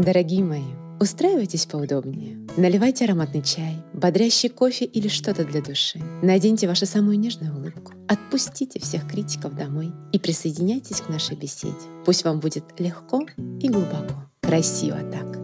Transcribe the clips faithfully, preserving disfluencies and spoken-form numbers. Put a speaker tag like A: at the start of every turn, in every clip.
A: Дорогие мои, устраивайтесь поудобнее. Наливайте ароматный чай, бодрящий кофе или что-то для души. Наденьте вашу самую нежную улыбку. Отпустите всех критиков домой и присоединяйтесь к нашей беседе. Пусть вам будет легко и глубоко. Красиво так.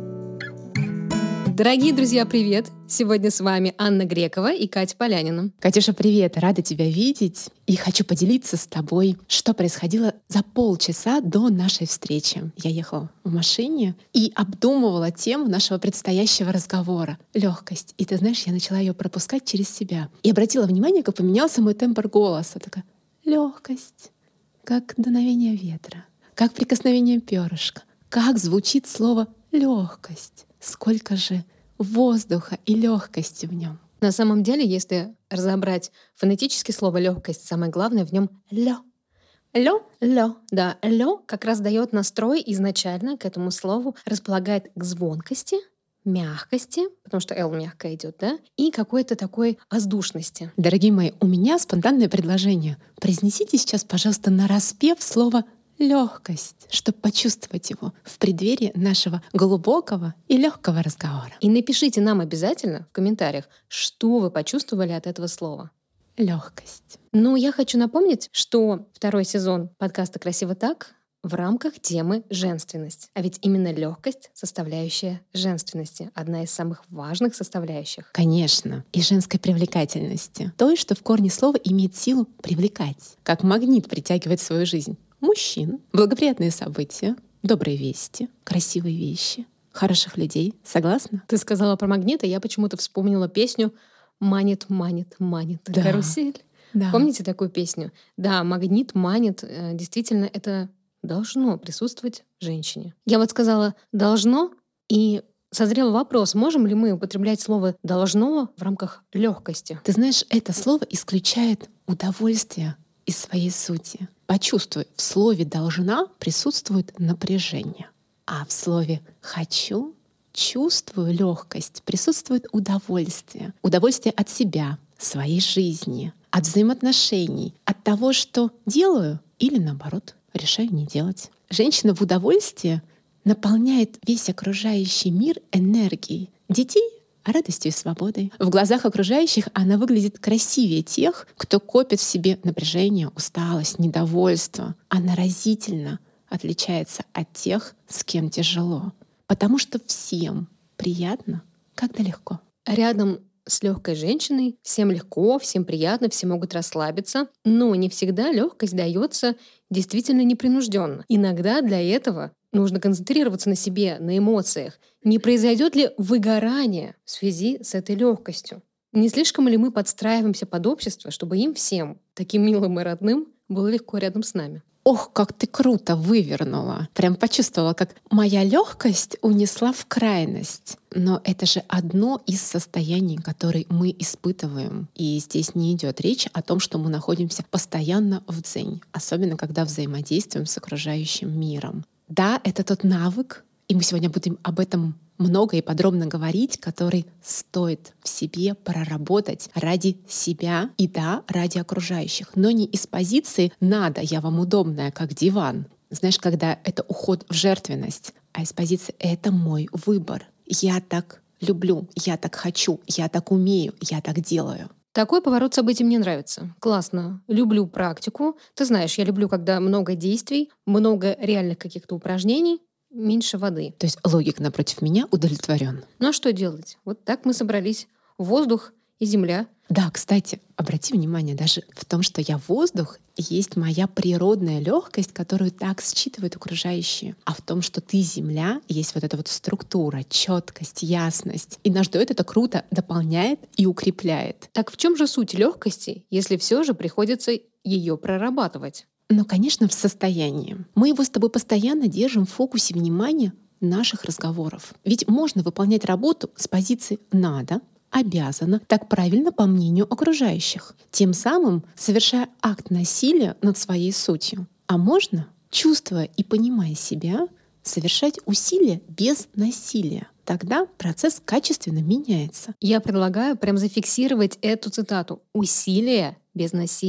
B: Дорогие друзья, привет! Сегодня с вами Анна Грекова и Катя Полянина.
A: Катюша, привет! Рада тебя видеть. И хочу поделиться с тобой, что происходило за полчаса до нашей встречи. Я ехала в машине и обдумывала тему нашего предстоящего разговора — легкость. И ты знаешь, я начала ее пропускать через себя. И обратила внимание, как поменялся мой тембр голоса. Такая легкость, как дуновение ветра, как прикосновение перышка, как звучит слово легкость. Сколько же воздуха и легкости в нем.
B: На самом деле, если разобрать фонетически слово легкость, самое главное в нем лё. Лё, лё. Да, лё как раз дает настрой изначально к этому слову, располагает к звонкости, мягкости, потому что «л» мягко идет, да, и какой-то такой воздушности.
A: Дорогие мои, у меня спонтанное предложение. Произнесите сейчас, пожалуйста, нараспев слово легкость, чтобы почувствовать его в преддверии нашего глубокого и легкого разговора.
B: И напишите нам обязательно в комментариях, что вы почувствовали от этого слова.
A: Легкость.
B: Ну, я хочу напомнить, что второй сезон подкаста «Красиво так» в рамках темы «Женственность». А ведь именно легкость — составляющая женственности, одна из самых важных составляющих.
A: Конечно, и женской привлекательности. То, что в корне слова имеет силу привлекать, как магнит притягивает в свою жизнь мужчин, благоприятные события, добрые вести, красивые вещи, хороших людей. Согласна?
B: Ты сказала про магнит, а я почему-то вспомнила песню «Манит, манит, манит
A: да.
B: карусель».
A: Да.
B: Помните такую песню? Да, магнит, манит. Действительно, это должно присутствовать в женщине. Я вот сказала «должно», и созрел вопрос, можем ли мы употреблять слово «должно» в рамках легкости?
A: Ты знаешь, это слово исключает удовольствие из своей сути. Почувствуй, в слове «должна» присутствует напряжение, а в слове «хочу» чувствую легкость, присутствует удовольствие. Удовольствие от себя, своей жизни, от взаимоотношений, от того, что делаю или, наоборот, решаю не делать. Женщина в удовольствии наполняет весь окружающий мир энергией детей, радостью и свободой. В глазах окружающих она выглядит красивее тех, кто копит в себе напряжение, усталость, недовольство. Она разительно отличается от тех, с кем тяжело. Потому что всем приятно, когда легко.
B: Рядом с легкой женщиной всем легко, всем приятно, все могут расслабиться, но не всегда легкость дается действительно непринужденно. Иногда для этого нужно концентрироваться на себе, на эмоциях. Не произойдет ли выгорание в связи с этой легкостью? Не слишком ли мы подстраиваемся под общество, чтобы им всем, таким милым и родным, было легко рядом с нами?
A: Ох, как ты круто вывернула. Прям почувствовала, как моя легкость унесла в крайность. Но это же одно из состояний, которые мы испытываем. И здесь не идет речь о том, что мы находимся постоянно в дзень, особенно когда взаимодействуем с окружающим миром. Да, это тот навык, и мы сегодня будем об этом много и подробно говорить, который стоит в себе проработать ради себя и, да, ради окружающих. Но не из позиции «надо, я вам удобная, как диван». Знаешь, когда это уход в жертвенность, а из позиции «это мой выбор, я так люблю, я так хочу, я так умею, я так делаю».
B: Такой поворот событий мне нравится. Классно. Люблю практику. Ты знаешь, я люблю, когда много действий, много реальных каких-то упражнений, меньше воды.
A: То есть логик напротив меня удовлетворен.
B: Ну а что делать? Вот так мы собрались. Воздух и земля.
A: Да, кстати, обрати внимание, даже в том, что я воздух, есть моя природная легкость, которую так считывают окружающие. А в том, что ты земля, есть вот эта вот структура, четкость, ясность. И наш дуэт это круто дополняет и укрепляет.
B: Так в чем же суть легкости, если все же приходится ее прорабатывать?
A: Ну, конечно, в состоянии. Мы его с тобой постоянно держим в фокусе внимания наших разговоров. Ведь можно выполнять работу с позиции «надо», обязана, так правильно по мнению окружающих, тем самым совершая акт насилия над своей сутью. А можно, чувствуя и понимая себя, совершать усилия без насилия. Тогда процесс качественно меняется.
B: Я предлагаю прям зафиксировать эту цитату. Усилия без насилия.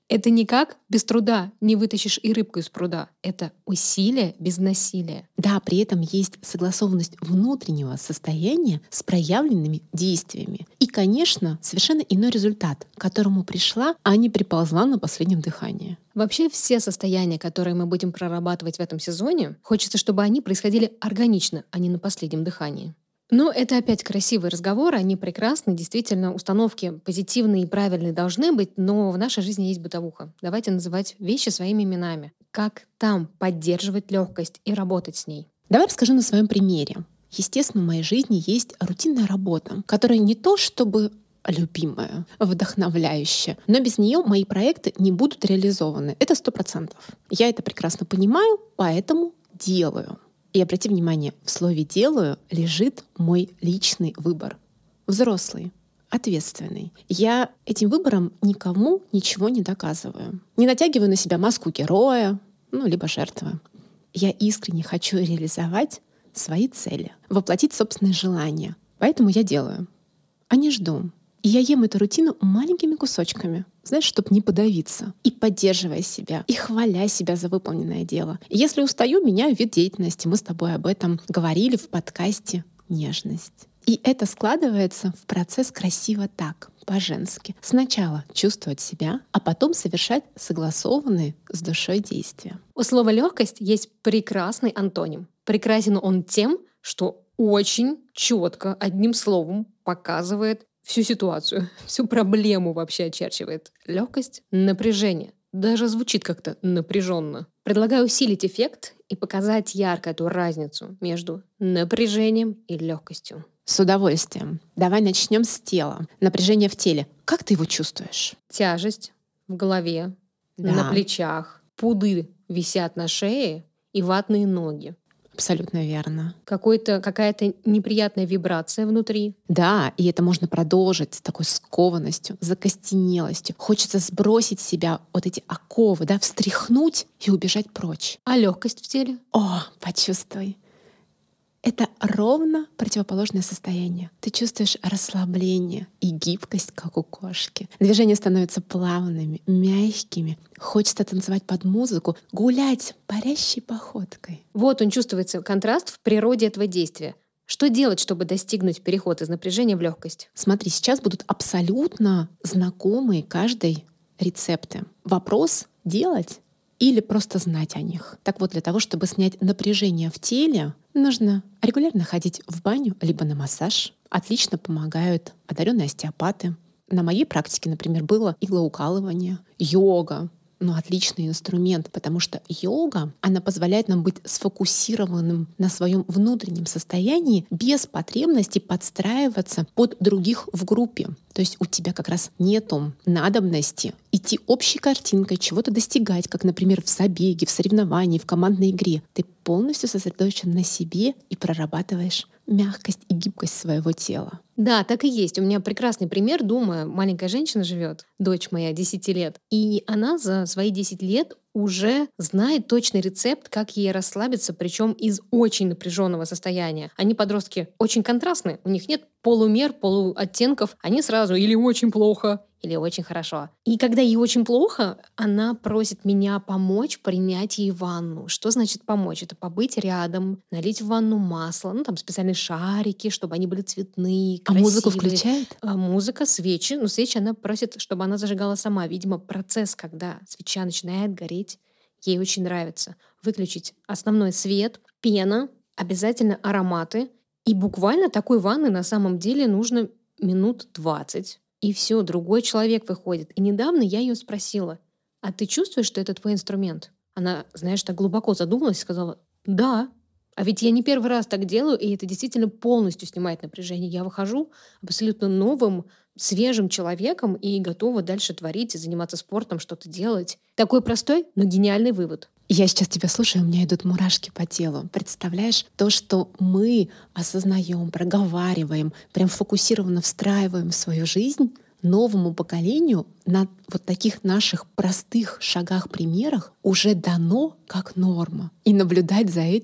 B: Это никак без труда не вытащишь и рыбку из пруда. Это усилие без насилия.
A: Да, при этом есть согласованность внутреннего состояния с проявленными действиями. И, конечно, совершенно иной результат, к которому пришла, а не приползла на последнем дыхании.
B: Вообще все состояния, которые мы будем прорабатывать в этом сезоне, хочется, чтобы они происходили органично, а не на последнем дыхании. Но это опять красивый разговор, они прекрасны, действительно, установки позитивные и правильные должны быть, но в нашей жизни есть бытовуха. Давайте называть вещи своими именами. Как там поддерживать легкость и работать с ней?
A: Давай расскажу на своем примере. Естественно, в моей жизни есть рутинная работа, которая не то чтобы любимая, вдохновляющая, но без нее мои проекты не будут реализованы. Это сто процентов. Я это прекрасно понимаю, поэтому делаю. И обрати внимание, в слове «делаю» лежит мой личный выбор. Взрослый, ответственный. Я этим выбором никому ничего не доказываю. Не натягиваю на себя маску героя, ну, либо жертвы. Я искренне хочу реализовать свои цели, воплотить собственные желания. Поэтому я делаю, а не жду. И я ем эту рутину маленькими кусочками, знаешь, чтобы не подавиться. И поддерживая себя, и хваля себя за выполненное дело. И если устаю, меняю вид деятельности. Мы с тобой об этом говорили в подкасте «Нежность». И это складывается в процесс красиво так, по-женски. Сначала чувствовать себя, а потом совершать согласованные с душой действия.
B: У слова «легкость» есть прекрасный антоним. Прекрасен он тем, что очень четко одним словом показывает всю ситуацию, всю проблему вообще очерчивает. Легкость, напряжение. Даже звучит как-то напряженно. Предлагаю усилить эффект и показать ярко эту разницу между напряжением и легкостью.
A: С удовольствием. Давай начнем с тела. Напряжение в теле. Как ты его чувствуешь?
B: Тяжесть в голове,
A: Да.
B: на плечах, пуды висят на шее и ватные ноги.
A: Абсолютно верно.
B: Какой-то, какая-то неприятная вибрация внутри.
A: Да, и это можно продолжить с такой скованностью, закостенелостью. Хочется сбросить с себя вот эти оковы, да, встряхнуть и убежать прочь.
B: А легкость в теле?
A: О, почувствуй. Это ровно противоположное состояние. Ты чувствуешь расслабление и гибкость, как у кошки. Движения становятся плавными, мягкими. Хочется танцевать под музыку, гулять парящей походкой.
B: Вот он чувствуется контраст в природе этого действия. Что делать, чтобы достигнуть перехода из напряжения в легкость?
A: Смотри, сейчас будут абсолютно знакомые каждой рецепты. Вопрос — делать или просто знать о них. Так вот, для того, чтобы снять напряжение в теле, нужно регулярно ходить в баню либо на массаж. Отлично помогают одаренные остеопаты. На моей практике, например, было иглоукалывание, йога. Ну, отличный инструмент, потому что йога, она позволяет нам быть сфокусированным на своем внутреннем состоянии без потребности подстраиваться под других в группе. То есть у тебя как раз нету надобности идти общей картинкой, чего-то достигать, как, например, в забеге, в соревновании, в командной игре. Ты полностью сосредоточен на себе и прорабатываешь мягкость и гибкость своего тела.
B: Да, так и есть. У меня прекрасный пример дома. Маленькая женщина живет, дочь моя, десять лет. И она за свои десять лет уже знает точный рецепт, как ей расслабиться, причем из очень напряженного состояния. Они, подростки, очень контрастны. У них нет полумер, полуоттенков. Они сразу или очень плохо, или очень хорошо. И когда ей очень плохо, она просит меня помочь принять ей ванну. Что значит помочь? Это побыть рядом, налить в ванну масло, ну там специальные шарики, чтобы они были цветные,
A: А
B: красивые.
A: музыку включает?
B: А музыка, свечи. Ну, свечи она просит, чтобы она зажигала сама. Видимо, процесс, когда свеча начинает гореть, ей очень нравится. Выключить основной свет, пена, обязательно ароматы. И буквально такой ванны на самом деле нужно минут двадцать. И все, другой человек выходит. И недавно я ее спросила: а ты чувствуешь, что это твой инструмент? Она, знаешь, так глубоко задумалась и сказала: да. А ведь я не первый раз так делаю, и это действительно полностью снимает напряжение. Я выхожу абсолютно новым, свежим человеком и готова дальше творить, заниматься спортом, что-то делать. Такой простой, но гениальный вывод.
A: Я сейчас тебя слушаю, у меня идут мурашки по телу. Представляешь, то, что мы осознаем, проговариваем, прям фокусированно встраиваем в свою жизнь, новому поколению на вот таких наших простых шагах, примерах уже дано как норма. И наблюдать за этим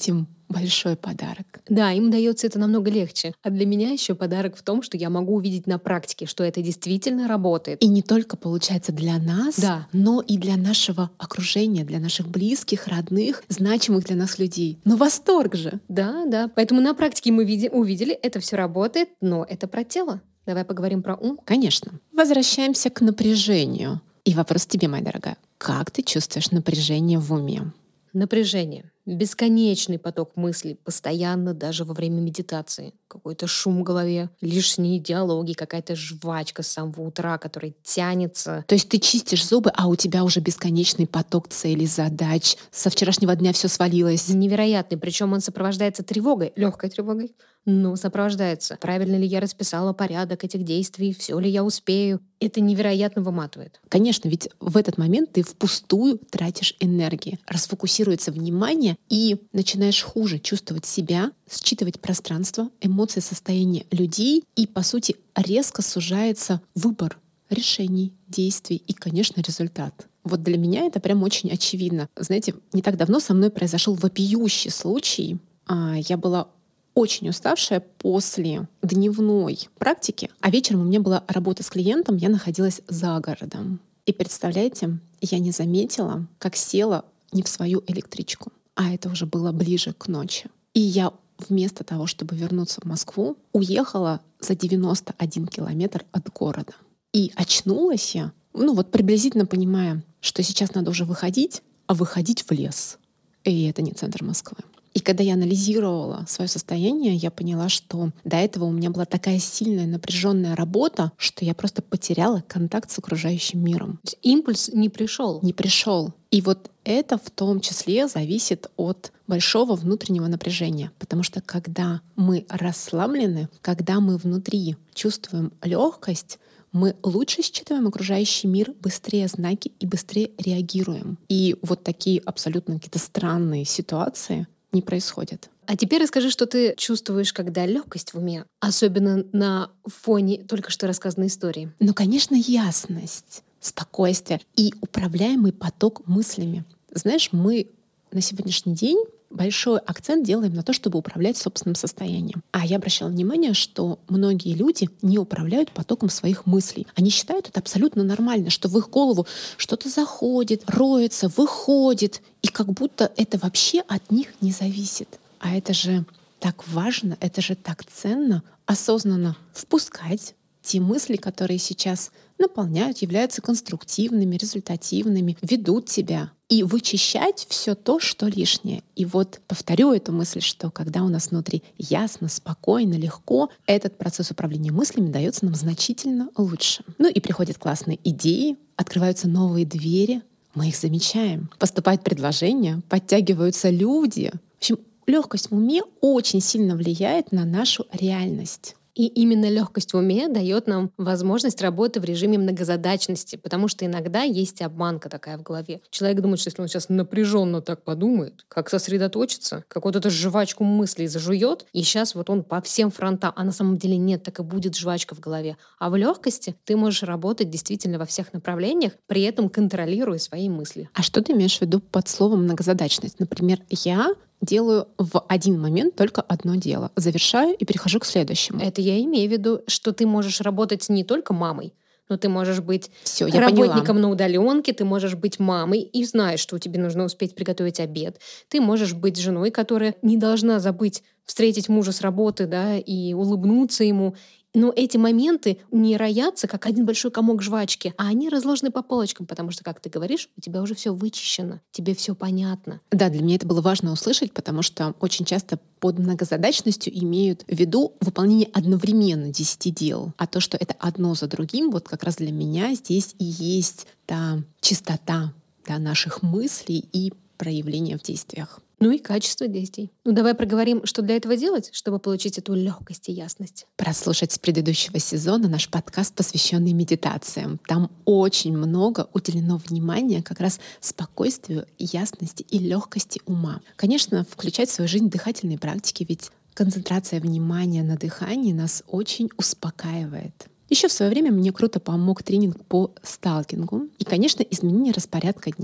A: большой подарок.
B: Да, им дается это намного легче. А для меня еще подарок в том, что я могу увидеть на практике, что это действительно работает.
A: И не только получается для нас,
B: Да.
A: но и для нашего окружения, для наших близких, родных, значимых для нас людей. Ну восторг же!
B: Да, да. Поэтому на практике мы види- увидели, это все работает, но это про тело. Давай поговорим про ум.
A: Конечно. Возвращаемся к напряжению. И вопрос тебе, моя дорогая. Как ты чувствуешь напряжение в уме?
B: Напряжение. Бесконечный поток мыслей, постоянно даже во время медитации. Какой-то шум в голове, лишние диалоги, какая-то жвачка с самого утра, которая тянется.
A: То есть ты чистишь зубы, а у тебя уже бесконечный поток целей, задач. Со вчерашнего дня все свалилось.
B: Невероятный. Причем он сопровождается тревогой, легкой тревогой. Но сопровождается. Правильно ли я расписала порядок этих действий, все ли я успею? Это невероятно выматывает.
A: Конечно, ведь в этот момент ты впустую тратишь энергии, расфокусируется внимание и начинаешь хуже чувствовать себя, считывать пространство, эмоции, состояние людей, и, по сути, резко сужается выбор решений, действий и, конечно, результат. Вот для меня это прям очень очевидно. Знаете, не так давно со мной произошел вопиющий случай. А, Я была очень уставшая после дневной практики, а вечером у меня была работа с клиентом, я находилась за городом. И представляете, я не заметила, как села не в свою электричку, а это уже было ближе к ночи. И я вместо того, чтобы вернуться в Москву, уехала за девяносто один километр от города. И очнулась я, ну вот приблизительно понимая, что сейчас надо уже выходить, а выходить в лес. И это не центр Москвы. И когда я анализировала свое состояние, я поняла, что до этого у меня была такая сильная напряженная работа, что я просто потеряла контакт с окружающим миром.
B: То есть импульс не пришел.
A: Не пришел. И вот это в том числе зависит от большого внутреннего напряжения. Потому что когда мы расслаблены, когда мы внутри чувствуем легкость, мы лучше считываем окружающий мир, быстрее знаки и быстрее реагируем. И вот такие абсолютно какие-то странные ситуации не происходят.
B: А теперь расскажи, что ты чувствуешь, когда легкость в уме, особенно на фоне только что рассказанной истории.
A: Ну, конечно, ясность, спокойствие и управляемый поток мыслями. Знаешь, мы на сегодняшний день большой акцент делаем на то, чтобы управлять собственным состоянием. А я обращала внимание, что многие люди не управляют потоком своих мыслей. Они считают это абсолютно нормально, что в их голову что-то заходит, роется, выходит, и как будто это вообще от них не зависит. А это же так важно, это же так ценно осознанно впускать те мысли, которые сейчас наполняют, являются конструктивными, результативными, ведут тебя, и вычищать все то, что лишнее. И вот повторю эту мысль, что когда у нас внутри ясно, спокойно, легко, этот процесс управления мыслями дается нам значительно лучше. Ну и приходят классные идеи, открываются новые двери, мы их замечаем. Поступают предложения, подтягиваются люди. В общем, легкость в уме очень сильно влияет на нашу реальность.
B: И именно легкость в уме дает нам возможность работы в режиме многозадачности, потому что иногда есть обманка такая в голове. Человек думает, что если он сейчас напряженно так подумает, как сосредоточится, как вот эту жвачку мыслей зажует, и сейчас вот он по всем фронтам, а на самом деле нет, так и будет жвачка в голове. А в легкости ты можешь работать действительно во всех направлениях, при этом контролируя свои мысли.
A: А что ты имеешь в виду под словом многозадачность? Например, я делаю в один момент только одно дело, завершаю и перехожу к следующему.
B: Это я имею в виду, что ты можешь работать не только мамой, но ты можешь быть
A: Всё, я
B: работником
A: поняла.
B: на удаленке, ты можешь быть мамой и знаешь, что тебе нужно успеть приготовить обед. Ты можешь быть женой, которая не должна забыть встретить мужа с работы, да, и улыбнуться ему. Но эти моменты не роятся, как один большой комок жвачки, а они разложены по полочкам, потому что, как ты говоришь, у тебя уже все вычищено, тебе все понятно.
A: Да, для меня это было важно услышать, потому что очень часто под многозадачностью имеют в виду выполнение одновременно десяти дел. А то, что это одно за другим, вот как раз для меня здесь и есть та чистота, да, наших мыслей и проявления в действиях.
B: Ну и качество действий. Ну давай проговорим, что для этого делать, чтобы получить эту легкость и ясность.
A: Прослушать с предыдущего сезона наш подкаст, посвященный медитациям. Там очень много уделено внимания как раз спокойствию, ясности и легкости ума. Конечно, включать в свою жизнь дыхательные практики, ведь концентрация внимания на дыхании нас очень успокаивает. Еще в свое время мне круто помог тренинг по сталкингу и, конечно, изменение распорядка дня.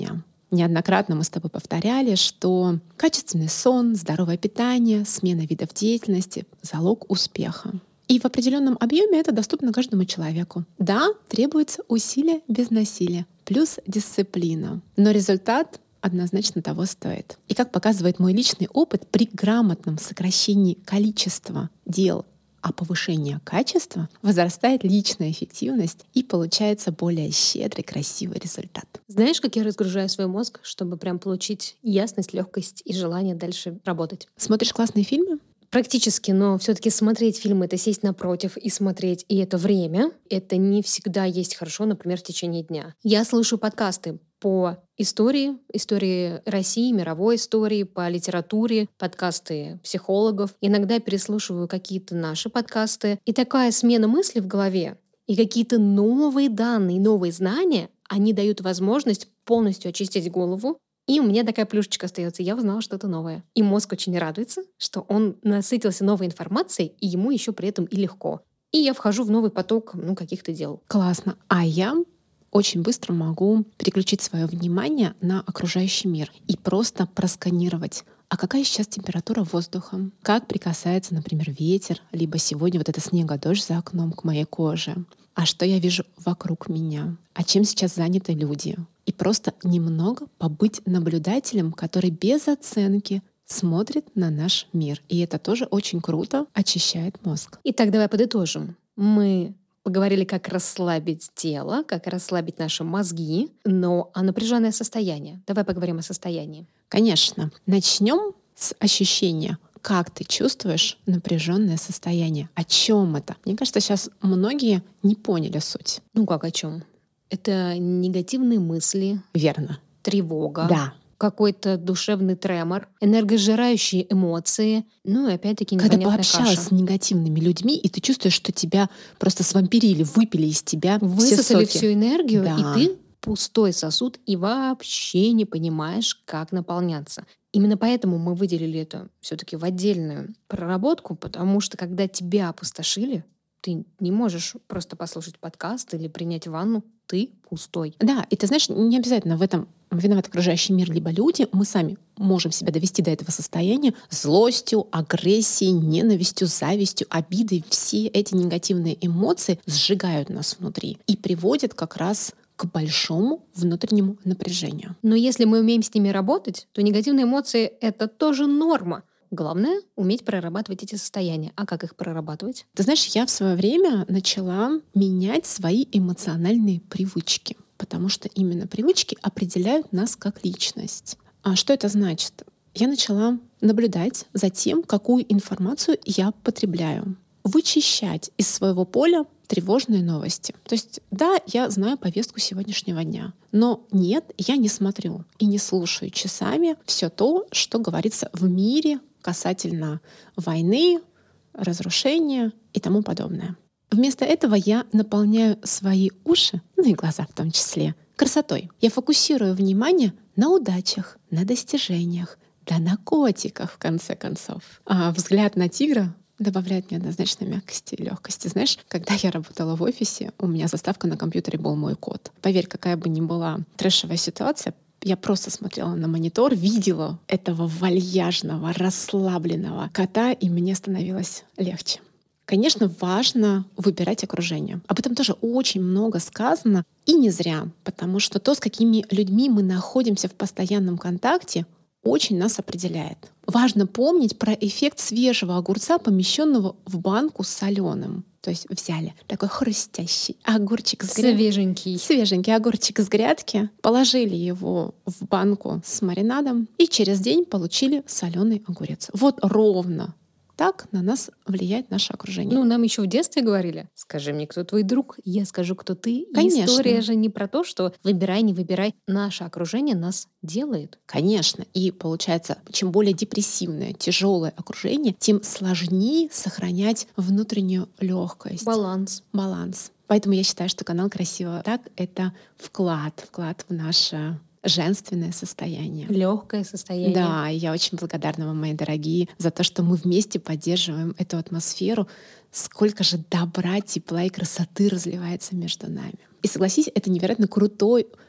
A: Неоднократно мы с тобой повторяли, что качественный сон, здоровое питание, смена видов деятельности — залог успеха. И в определенном объеме это доступно каждому человеку. Да, требуется усилие без насилия, плюс дисциплина. Но результат однозначно того стоит. И как показывает мой личный опыт, при грамотном сокращении количества дел, а повышении качества возрастает личная эффективность и получается более щедрый, красивый результат.
B: Знаешь, как я разгружаю свой мозг, чтобы прям получить ясность, легкость и желание дальше работать?
A: Смотришь классные фильмы?
B: Практически, но все-таки смотреть фильмы — это сесть напротив и смотреть, и это время. Это не всегда есть хорошо, например, в течение дня. Я слушаю подкасты по истории, истории России, мировой истории, по литературе, подкасты психологов. Иногда переслушиваю какие-то наши подкасты. И такая смена мыслей в голове и какие-то новые данные, новые знания, они дают возможность полностью очистить голову. И у меня такая плюшечка остается. Я узнала что-то новое. И мозг очень радуется, что он насытился новой информацией, и ему еще при этом и легко. И я вхожу в новый поток ну, каких-то дел.
A: Классно. А я очень быстро могу переключить свое внимание на окружающий мир и просто просканировать. А какая сейчас температура воздуха? Как прикасается, например, ветер, либо сегодня вот это снега-дождь за окном к моей коже? А что я вижу вокруг меня? А чем сейчас заняты люди? И просто немного побыть наблюдателем, который без оценки смотрит на наш мир. И это тоже очень круто очищает мозг.
B: Итак, давай подытожим. Мы поговорили, как расслабить тело, как расслабить наши мозги, но а напряженное состояние. Давай поговорим о состоянии.
A: Конечно. Начнем с ощущения. Как ты чувствуешь напряженное состояние? О чем это? Мне кажется, сейчас многие не поняли суть.
B: Ну как о чем? Это негативные мысли.
A: Верно.
B: Тревога.
A: Да.
B: Какой-то душевный тремор, энергосжирающие эмоции, ну и опять-таки непонятная
A: Когда пообщалась
B: каша.
A: с негативными людьми, и ты чувствуешь, что тебя просто свампирили, выпили из тебя
B: Высосали
A: все соки.
B: всю энергию,
A: Да.
B: и ты пустой сосуд и вообще не понимаешь, как наполняться. Именно поэтому мы выделили это все-таки в отдельную проработку, потому что когда тебя опустошили, ты не можешь просто послушать подкаст или принять ванну, ты пустой.
A: Да, и ты знаешь, не обязательно в этом виноват окружающий мир либо люди. Мы сами можем себя довести до этого состояния злостью, агрессией, ненавистью, завистью, обидой. Все эти негативные эмоции сжигают нас внутри и приводят как раз к большому внутреннему напряжению.
B: Но если мы умеем с ними работать, то негативные эмоции — это тоже норма. Главное — уметь прорабатывать эти состояния. А как их прорабатывать?
A: Ты знаешь, я в свое время начала менять свои эмоциональные привычки, потому что именно привычки определяют нас как личность. А что это значит? Я начала наблюдать за тем, какую информацию я потребляю, вычищать из своего поля тревожные новости. То есть, да, я знаю повестку сегодняшнего дня, но нет, я не смотрю и не слушаю часами все то, что говорится в мире касательно войны, разрушения и тому подобное. Вместо этого я наполняю свои уши, ну и глаза в том числе, красотой. Я фокусирую внимание на удачах, на достижениях, да на котиках, в конце концов. А взгляд на тигра добавляет мне однозначно мягкости и легкости. Знаешь, когда я работала в офисе, у меня заставка на компьютере был мой кот. Поверь, какая бы ни была трэшевая ситуация, я просто смотрела на монитор, видела этого вальяжного, расслабленного кота, и мне становилось легче. Конечно, важно выбирать окружение. Об этом тоже очень много сказано, и не зря, потому что то, с какими людьми мы находимся в постоянном контакте, очень нас определяет. Важно помнить про эффект свежего огурца, помещенного в банку с соленым. То есть взяли такой хрустящий огурчик с грядки.
B: Свеженький.
A: Свеженький огурчик с грядки, положили его в банку с маринадом и через день получили соленый огурец. Вот ровно так на нас влияет наше окружение.
B: Ну, нам еще в детстве говорили: скажи мне, кто твой друг, я скажу, кто ты. И
A: Конечно.
B: история же не про то, что выбирай, не выбирай. Наше окружение нас делает.
A: Конечно. И получается, чем более депрессивное, тяжелое окружение, тем сложнее сохранять внутреннюю легкость.
B: Баланс.
A: Баланс. Поэтому я считаю, что канал «Красиво так» — это вклад, вклад в наше женственное состояние.
B: Легкое состояние.
A: Да, и я очень благодарна вам, мои дорогие, за то, что мы вместе поддерживаем эту атмосферу. Сколько же добра, тепла и красоты разливается между нами. И согласись, это невероятно крутой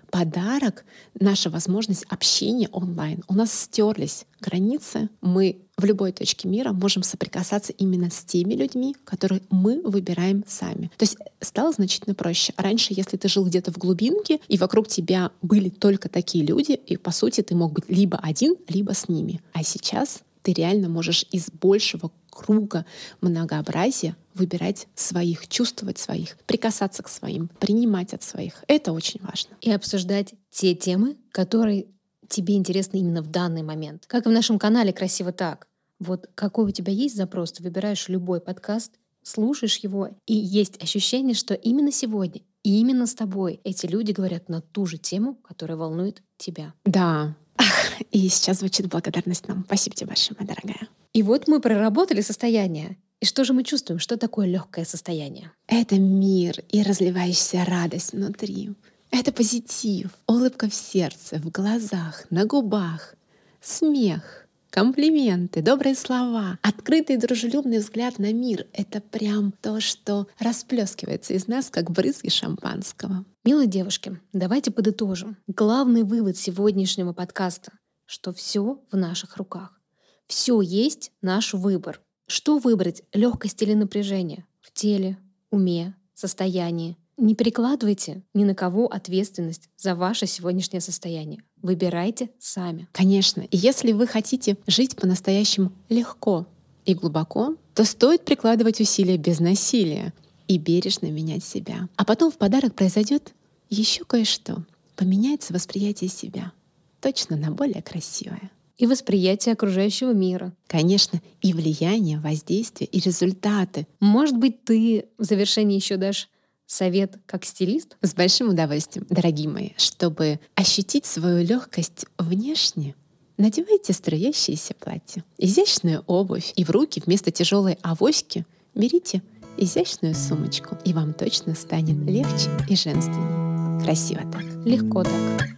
A: подарок — наша возможность общения онлайн. У нас стерлись границы. Мы в любой точке мира можем соприкасаться именно с теми людьми, которые мы выбираем сами. То есть стало значительно проще. Раньше, если ты жил где-то в глубинке, и вокруг тебя были только такие люди, и, по сути, ты мог быть либо один, либо с ними. А сейчас ты реально можешь из большего круга многообразия выбирать своих, чувствовать своих, прикасаться к своим, принимать от своих. Это очень важно.
B: И обсуждать те темы, которые тебе интересны именно в данный момент. Как и в нашем канале «Красиво так». Вот какой у тебя есть запрос, ты выбираешь любой подкаст, слушаешь его, и есть ощущение, что именно сегодня и именно с тобой эти люди говорят на ту же тему, которая волнует тебя.
A: Да. Ах, и сейчас звучит благодарность нам. Спасибо тебе большое, моя дорогая.
B: И вот мы проработали состояние. И что же мы чувствуем? Что такое легкое состояние?
A: Это мир и разливающаяся радость внутри. Это позитив, улыбка в сердце, в глазах, на губах, смех, комплименты, добрые слова, открытый и дружелюбный взгляд на мир — это прям то, что расплескивается из нас, как брызги шампанского.
B: Милые девушки, давайте подытожим. Главный вывод сегодняшнего подкаста, что все в наших руках. Все есть наш выбор. Что выбрать, легкость или напряжение? В теле, уме, состоянии. Не перекладывайте ни на кого ответственность за ваше сегодняшнее состояние. Выбирайте сами.
A: Конечно, и если вы хотите жить по-настоящему легко и глубоко, то стоит прикладывать усилия без насилия и бережно менять себя. А потом в подарок произойдет еще кое-что. Поменяется восприятие себя. Точно на более красивое.
B: И восприятие окружающего мира.
A: Конечно, и влияние, воздействие, и результаты.
B: Может быть, ты в завершении еще дашь совет как стилист?
A: С большим удовольствием, дорогие мои. Чтобы ощутить свою легкость внешне, надевайте струящиеся платья, изящную обувь, и в руки вместо тяжелой авоськи берите изящную сумочку, и вам точно станет легче и женственнее. Красиво так.
B: Легко так.